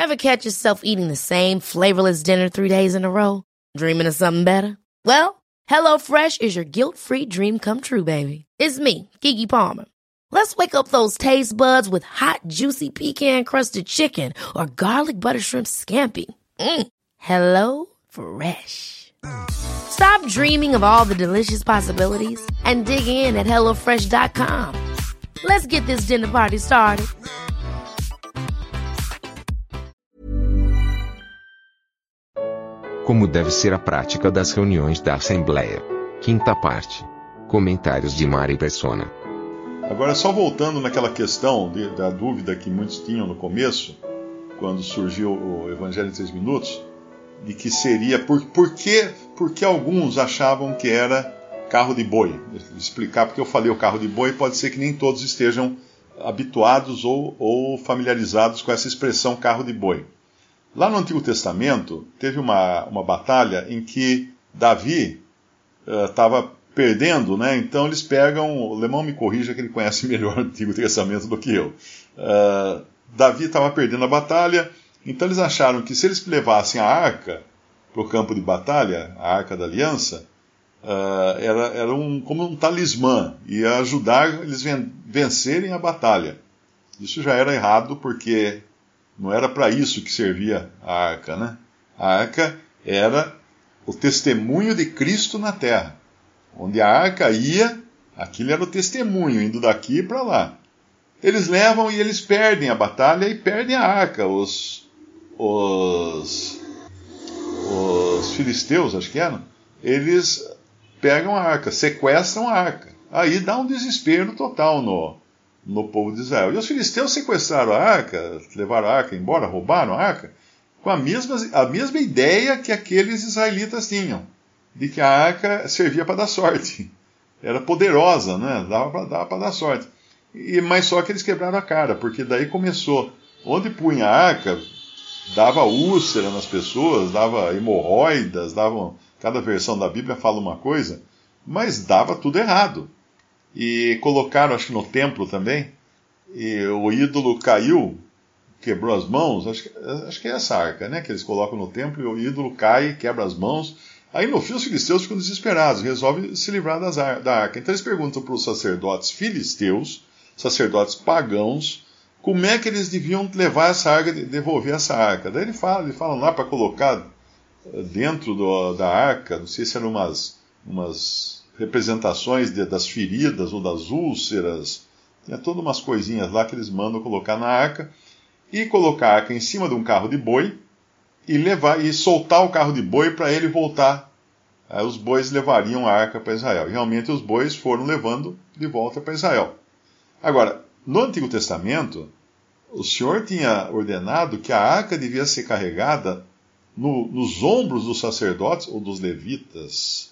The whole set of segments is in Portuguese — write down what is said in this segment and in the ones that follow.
Ever catch yourself eating the same flavorless dinner 3 days in a row? Dreaming of something better? Well, HelloFresh is your guilt-free dream come true, baby. It's me, Keke Palmer. Let's wake up those taste buds with hot, juicy pecan-crusted chicken or garlic butter shrimp scampi. Hello Fresh. Stop dreaming of all the delicious possibilities and dig in at HelloFresh.com. Let's get this dinner party started. Como deve ser a prática das reuniões da Assembleia. Quinta parte. Comentários de Mari Persona. Agora, só voltando naquela questão da dúvida que muitos tinham no começo, quando surgiu o Evangelho em 3 minutos, de que seria... Por que alguns achavam que era carro de boi? Vou explicar porque eu falei o carro de boi, pode ser que nem todos estejam habituados ou familiarizados com essa expressão carro de boi. Lá no Antigo Testamento, teve uma batalha em que Davi estava perdendo, né? Então eles pegam... O Lemão me corrija que ele conhece melhor o Antigo Testamento do que eu. Davi estava perdendo a batalha, então eles acharam que se eles levassem a arca para o campo de batalha, a Arca da Aliança, era como um talismã, ia ajudar eles vencerem a batalha. Isso já era errado, porque não era para isso que servia a arca, né? A arca era o testemunho de Cristo na terra. Onde a arca ia, aquilo era o testemunho, indo daqui para lá. Eles levam e eles perdem a batalha e perdem a arca. Os filisteus, acho que eram, eles pegam a arca, sequestram a arca. Aí dá um desespero total no povo de Israel. E os filisteus sequestraram a arca, levaram a arca embora, roubaram a arca, com a mesma ideia que aqueles israelitas tinham, de que a arca servia para dar sorte. Era poderosa, né? Dava para dar sorte. Mas só que eles quebraram a cara, porque daí começou, onde punha a arca, dava úlcera nas pessoas, dava hemorroidas, cada versão da Bíblia fala uma coisa, mas dava tudo errado. E colocaram, acho que no templo também, e o ídolo caiu, quebrou as mãos, acho que é essa arca, né, que eles colocam no templo, e o ídolo cai, quebra as mãos. Aí no fim os filisteus ficam desesperados, resolvem se livrar da arca. Então eles perguntam para os sacerdotes filisteus, sacerdotes pagãos, como é que eles deviam levar essa arca, devolver essa arca. Daí eles falam lá para colocar dentro da arca, não sei se eram umas representações das feridas ou das úlceras, tinha todas umas coisinhas lá que eles mandam colocar na arca, e colocar a arca em cima de um carro de boi, e soltar o carro de boi para ele voltar. Aí os bois levariam a arca para Israel. E realmente os bois foram levando de volta para Israel. Agora, no Antigo Testamento, o Senhor tinha ordenado que a arca devia ser carregada nos ombros dos sacerdotes ou dos levitas,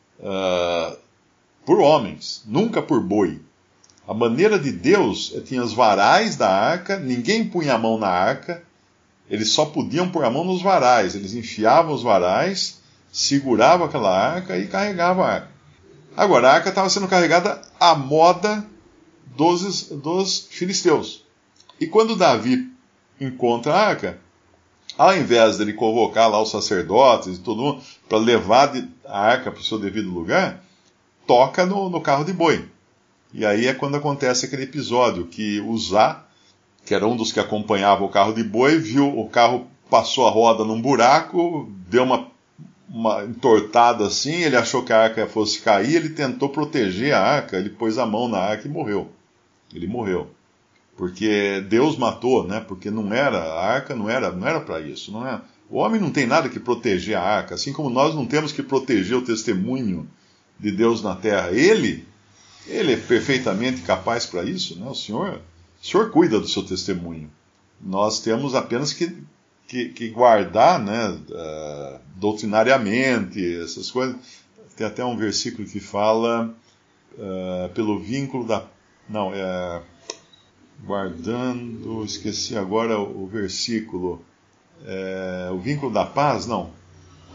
por homens, nunca por boi. A maneira de Deus tinha os varais da arca, ninguém punha a mão na arca, eles só podiam pôr a mão nos varais, eles enfiavam os varais, seguravam aquela arca e carregavam a arca. Agora, a arca estava sendo carregada à moda dos filisteus. E quando Davi encontra a arca, ao invés dele convocar lá os sacerdotes e todo mundo para levar a arca para o seu devido lugar, toca no carro de boi. E aí é quando acontece aquele episódio que Uzá, que era um dos que acompanhava o carro de boi, viu o carro, passou a roda num buraco, deu uma entortada assim, ele achou que a arca fosse cair, ele tentou proteger a arca, ele pôs a mão na arca e morreu. Ele morreu. Porque Deus matou, né? Porque a arca não era para isso. O homem não tem nada que proteger a arca, assim como nós não temos que proteger o testemunho de Deus na terra. Ele é perfeitamente capaz para isso, né? O Senhor cuida do seu testemunho. Nós temos apenas que guardar, né, doutrinariamente, essas coisas. Tem até um versículo que fala pelo vínculo da... Não, guardando... Esqueci agora o versículo. O vínculo da paz, não. A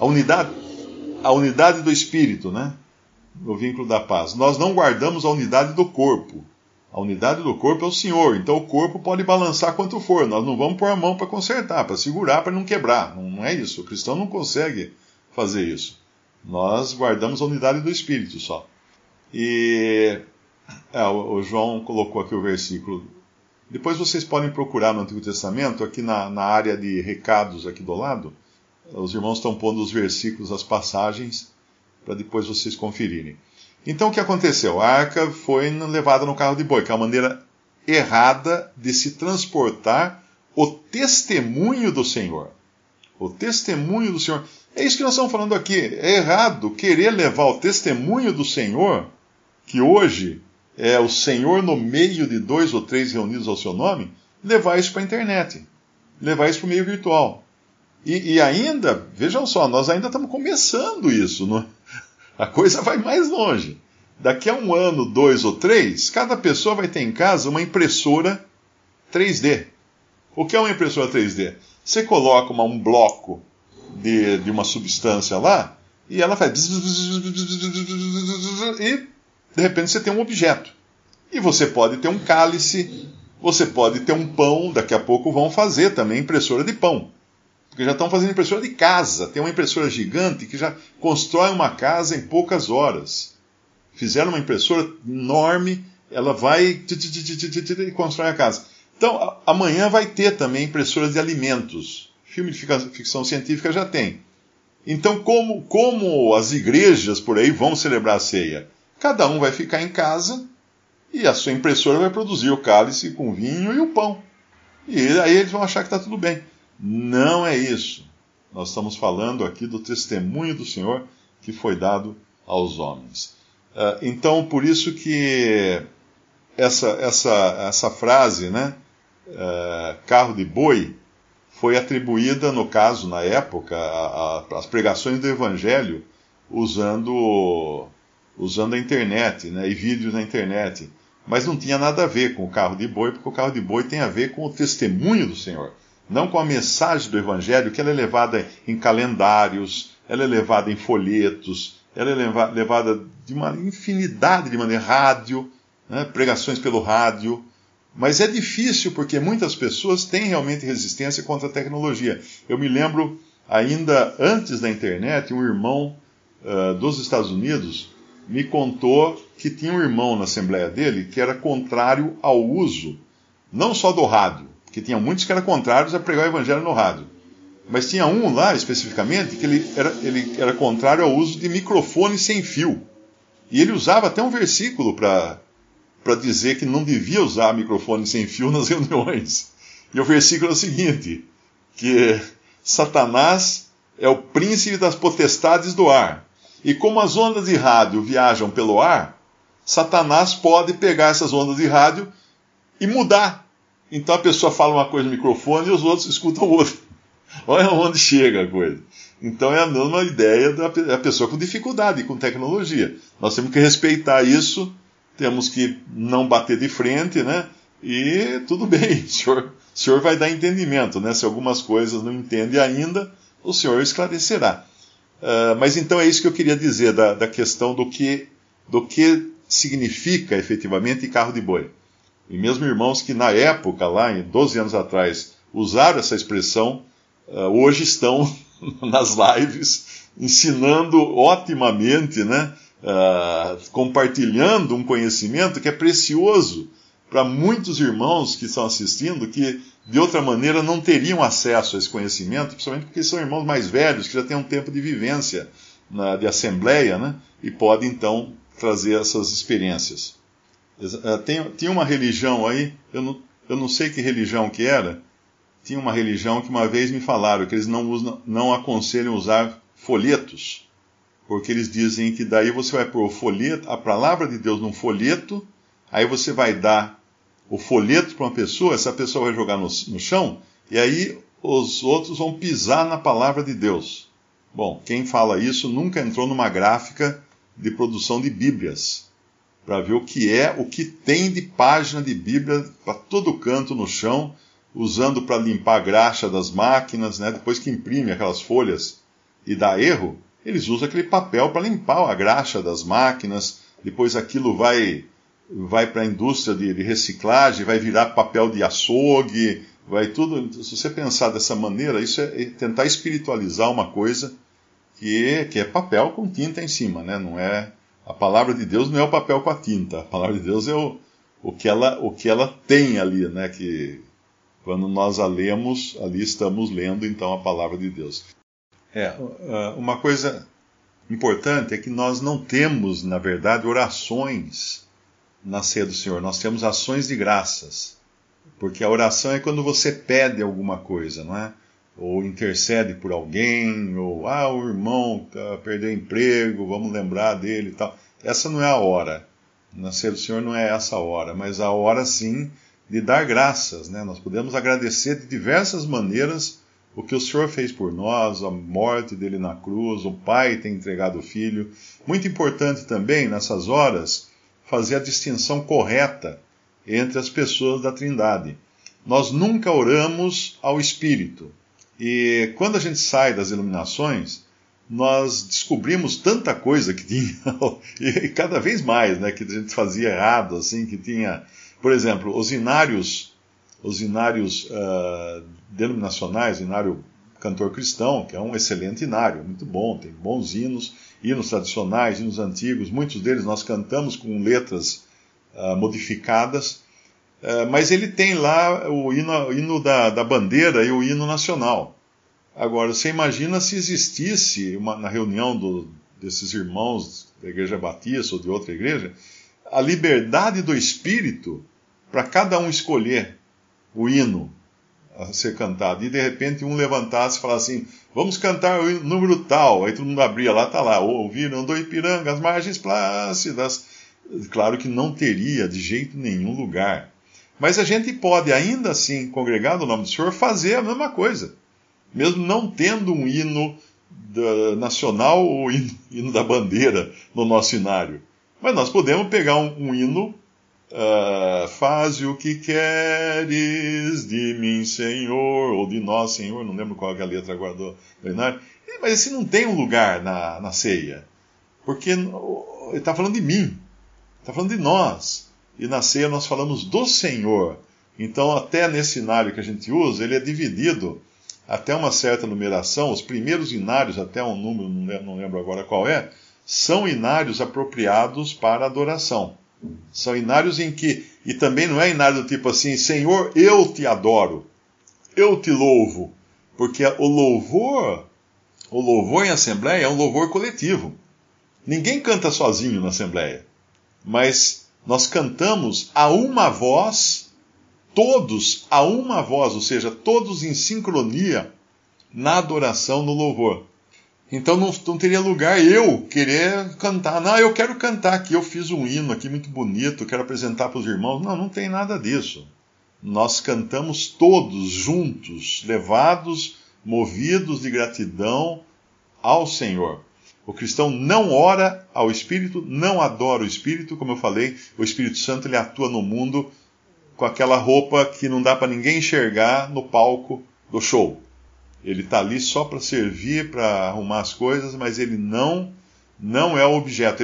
unidade do Espírito, né? O vínculo da paz. Nós não guardamos a unidade do corpo. A unidade do corpo é o Senhor. Então o corpo pode balançar quanto for. Nós não vamos pôr a mão para consertar, para segurar, para não quebrar. Não é isso. O cristão não consegue fazer isso. Nós guardamos a unidade do Espírito só. E o João colocou aqui o versículo. Depois vocês podem procurar no Antigo Testamento, aqui na área de recados aqui do lado. Os irmãos estão pondo os versículos, as passagens, para depois vocês conferirem. Então o que aconteceu? A arca foi levada no carro de boi, que é a maneira errada de se transportar o testemunho do Senhor. O testemunho do Senhor. É isso que nós estamos falando aqui. É errado querer levar o testemunho do Senhor, que hoje é o Senhor no meio de 2 ou 3 reunidos ao seu nome, levar isso para a internet, levar isso para o meio virtual. E ainda, vejam só, nós ainda estamos começando isso, não? A coisa vai mais longe. Daqui a 1 ano, 2 ou 3, cada pessoa vai ter em casa uma impressora 3D. O que é uma impressora 3D? Você coloca um bloco de uma substância lá, e ela faz... E, de repente, você tem um objeto. E você pode ter um cálice, você pode ter um pão, daqui a pouco vão fazer também impressora de pão. Porque já estão fazendo impressora de casa. Tem uma impressora gigante que já constrói uma casa em poucas horas. Fizeram uma impressora enorme, ela vai e constrói a casa. Então, amanhã vai ter também impressoras de alimentos. Filme de ficção científica já tem. Então, como as igrejas por aí vão celebrar a ceia? Cada um vai ficar em casa e a sua impressora vai produzir o cálice com vinho e o pão. E aí eles vão achar que está tudo bem. Não é isso. Nós estamos falando aqui do testemunho do Senhor que foi dado aos homens. Então, por isso que essa frase, né, carro de boi, foi atribuída, no caso, na época, às pregações do Evangelho, usando a internet, né, e vídeos na internet. Mas não tinha nada a ver com o carro de boi, porque o carro de boi tem a ver com o testemunho do Senhor. Não com a mensagem do Evangelho, que ela é levada em calendários, ela é levada em folhetos, ela é levada de uma infinidade de maneiras, rádio, né, pregações pelo rádio. Mas é difícil porque muitas pessoas têm realmente resistência contra a tecnologia. Eu me lembro, ainda antes da internet, um irmão dos Estados Unidos me contou que tinha um irmão na assembleia dele que era contrário ao uso, não só do rádio, porque tinha muitos que eram contrários a pregar o evangelho no rádio. Mas tinha um lá, especificamente, que ele era contrário ao uso de microfone sem fio. E ele usava até um versículo para dizer que não devia usar microfone sem fio nas reuniões. E o versículo é o seguinte, que Satanás é o príncipe das potestades do ar. E como as ondas de rádio viajam pelo ar, Satanás pode pegar essas ondas de rádio e mudar. Então a pessoa fala uma coisa no microfone e os outros escutam outra. Olha onde chega a coisa. Então é a mesma ideia da pessoa com dificuldade com tecnologia. Nós temos que respeitar isso, temos que não bater de frente, né? E tudo bem, o senhor vai dar entendimento, né? Se algumas coisas não entende ainda, o senhor esclarecerá. Mas então é isso que eu queria dizer da questão do que significa efetivamente carro de boi. E mesmo irmãos que na época, lá em 12 anos atrás, usaram essa expressão, hoje estão nas lives ensinando otimamente, né? Compartilhando um conhecimento que é precioso para muitos irmãos que estão assistindo, que de outra maneira não teriam acesso a esse conhecimento, principalmente porque são irmãos mais velhos, que já têm um tempo de vivência de assembleia, né? E podem então trazer essas experiências. Tinha uma religião aí, eu não sei que religião que era, tinha uma religião que uma vez me falaram que eles não aconselham usar folhetos, porque eles dizem que daí você vai pôr o folheto, a palavra de Deus num folheto, aí você vai dar o folheto para uma pessoa, essa pessoa vai jogar no chão, e aí os outros vão pisar na palavra de Deus. Bom, quem fala isso nunca entrou numa gráfica de produção de Bíblias, para ver o que tem de página de Bíblia para todo canto no chão, usando para limpar a graxa das máquinas, né? Depois que imprime aquelas folhas e dá erro, eles usam aquele papel para limpar a graxa das máquinas, depois aquilo vai vai para a indústria de reciclagem, vai virar papel de açougue, vai tudo. Se você pensar dessa maneira, isso é tentar espiritualizar uma coisa que é papel com tinta em cima, né? Não é, a palavra de Deus não é o papel com a tinta, a palavra de Deus é o que ela tem ali, né? Que quando nós a lemos, ali estamos lendo então a palavra de Deus. Uma coisa importante é que nós não temos, na verdade, orações na ceia do Senhor. Nós temos ações de graças. Porque a oração é quando você pede alguma coisa, não é? Ou intercede por alguém, ou o irmão perdeu emprego, vamos lembrar dele e tal. Essa não é a hora. Na ceia do Senhor não é essa a hora, mas a hora sim de dar graças, né? Nós podemos agradecer de diversas maneiras o que o Senhor fez por nós, a morte dele na cruz, o Pai ter entregado o Filho. Muito importante também, nessas horas, fazer a distinção correta entre as pessoas da Trindade. Nós nunca oramos ao Espírito. E quando a gente sai das iluminações, nós descobrimos tanta coisa que tinha, e cada vez mais, né, que a gente fazia errado, assim, que tinha, por exemplo, os inários denominacionais, o inário cantor cristão, que é um excelente inário, muito bom, tem bons hinos tradicionais, hinos antigos, muitos deles nós cantamos com letras modificadas, mas ele tem lá o hino da bandeira e o hino nacional. Agora, você imagina se existisse na reunião desses irmãos da Igreja Batista ou de outra igreja, a liberdade do Espírito para cada um escolher o hino a ser cantado, e de repente um levantasse e falasse assim, vamos cantar o número tal, aí todo mundo abria lá, tá lá, ouviram do Ipiranga, as margens plácidas. Claro que não teria de jeito nenhum lugar, mas a gente pode ainda assim, congregado no nome do Senhor, fazer a mesma coisa, mesmo não tendo um hino nacional ou hino da bandeira no nosso inário, mas nós podemos pegar um hino, faze o que queres de mim, Senhor, ou de nós, Senhor, não lembro qual é a letra agora do inário, mas esse não tem um lugar na ceia, porque ele está falando de mim, está falando de nós, e na ceia nós falamos do Senhor. Então até nesse inário que a gente usa, ele é dividido até uma certa numeração. Os primeiros inários, até um número, não lembro agora qual é, são inários apropriados para adoração. São inários em que, e também não é inário do tipo assim, Senhor, eu te adoro, eu te louvo, porque o louvor em assembleia é um louvor coletivo. Ninguém canta sozinho na assembleia, mas nós cantamos a uma voz, todos a uma voz, ou seja, todos em sincronia na adoração, no louvor. Então não teria lugar eu querer cantar. Não, eu quero cantar aqui, eu fiz um hino aqui muito bonito, quero apresentar para os irmãos. Não tem nada disso. Nós cantamos todos juntos, levados, movidos de gratidão ao Senhor. O cristão não ora ao Espírito, não adora o Espírito. Como eu falei, o Espírito Santo ele atua no mundo com aquela roupa que não dá para ninguém enxergar no palco do show. Ele está ali só para servir, para arrumar as coisas, mas ele não é o objeto.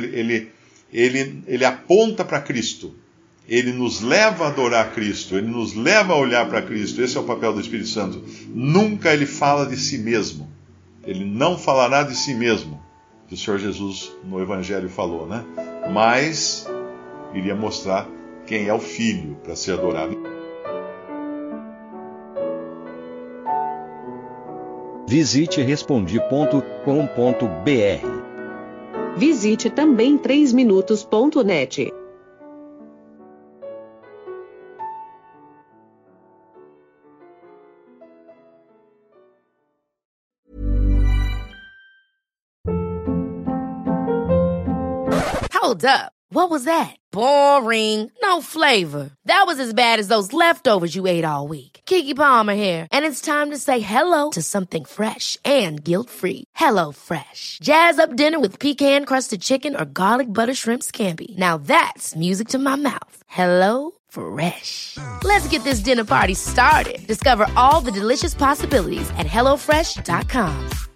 Ele aponta para Cristo. Ele nos leva a adorar Cristo. Ele nos leva a olhar para Cristo. Esse é o papel do Espírito Santo. Nunca ele fala de si mesmo. Ele não falará de si mesmo, que o Senhor Jesus no Evangelho falou, né? Mas iria mostrar quem é o Filho para ser adorado. Visite Respondi.com.br. Visite também 3minutos.net. Hold up. What was that? Boring. No flavor. That was as bad as those leftovers you ate all week. Keke Palmer here, and it's time to say hello to something fresh and guilt-free. HelloFresh. Jazz up dinner with pecan-crusted chicken or garlic butter shrimp scampi. Now that's music to my mouth. HelloFresh. Let's get this dinner party started. Discover all the delicious possibilities at HelloFresh.com.